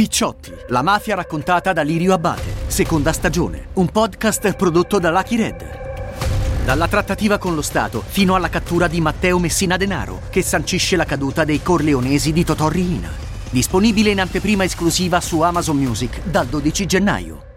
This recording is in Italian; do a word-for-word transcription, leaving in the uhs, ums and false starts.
Picciotti, la mafia raccontata da Lirio Abbate, seconda stagione, un podcast prodotto da Lucky Red. Dalla trattativa con lo Stato fino alla cattura di Matteo Messina Denaro, che sancisce la caduta dei corleonesi di Totò Riina. Disponibile in anteprima esclusiva su Amazon Music dal dodici gennaio.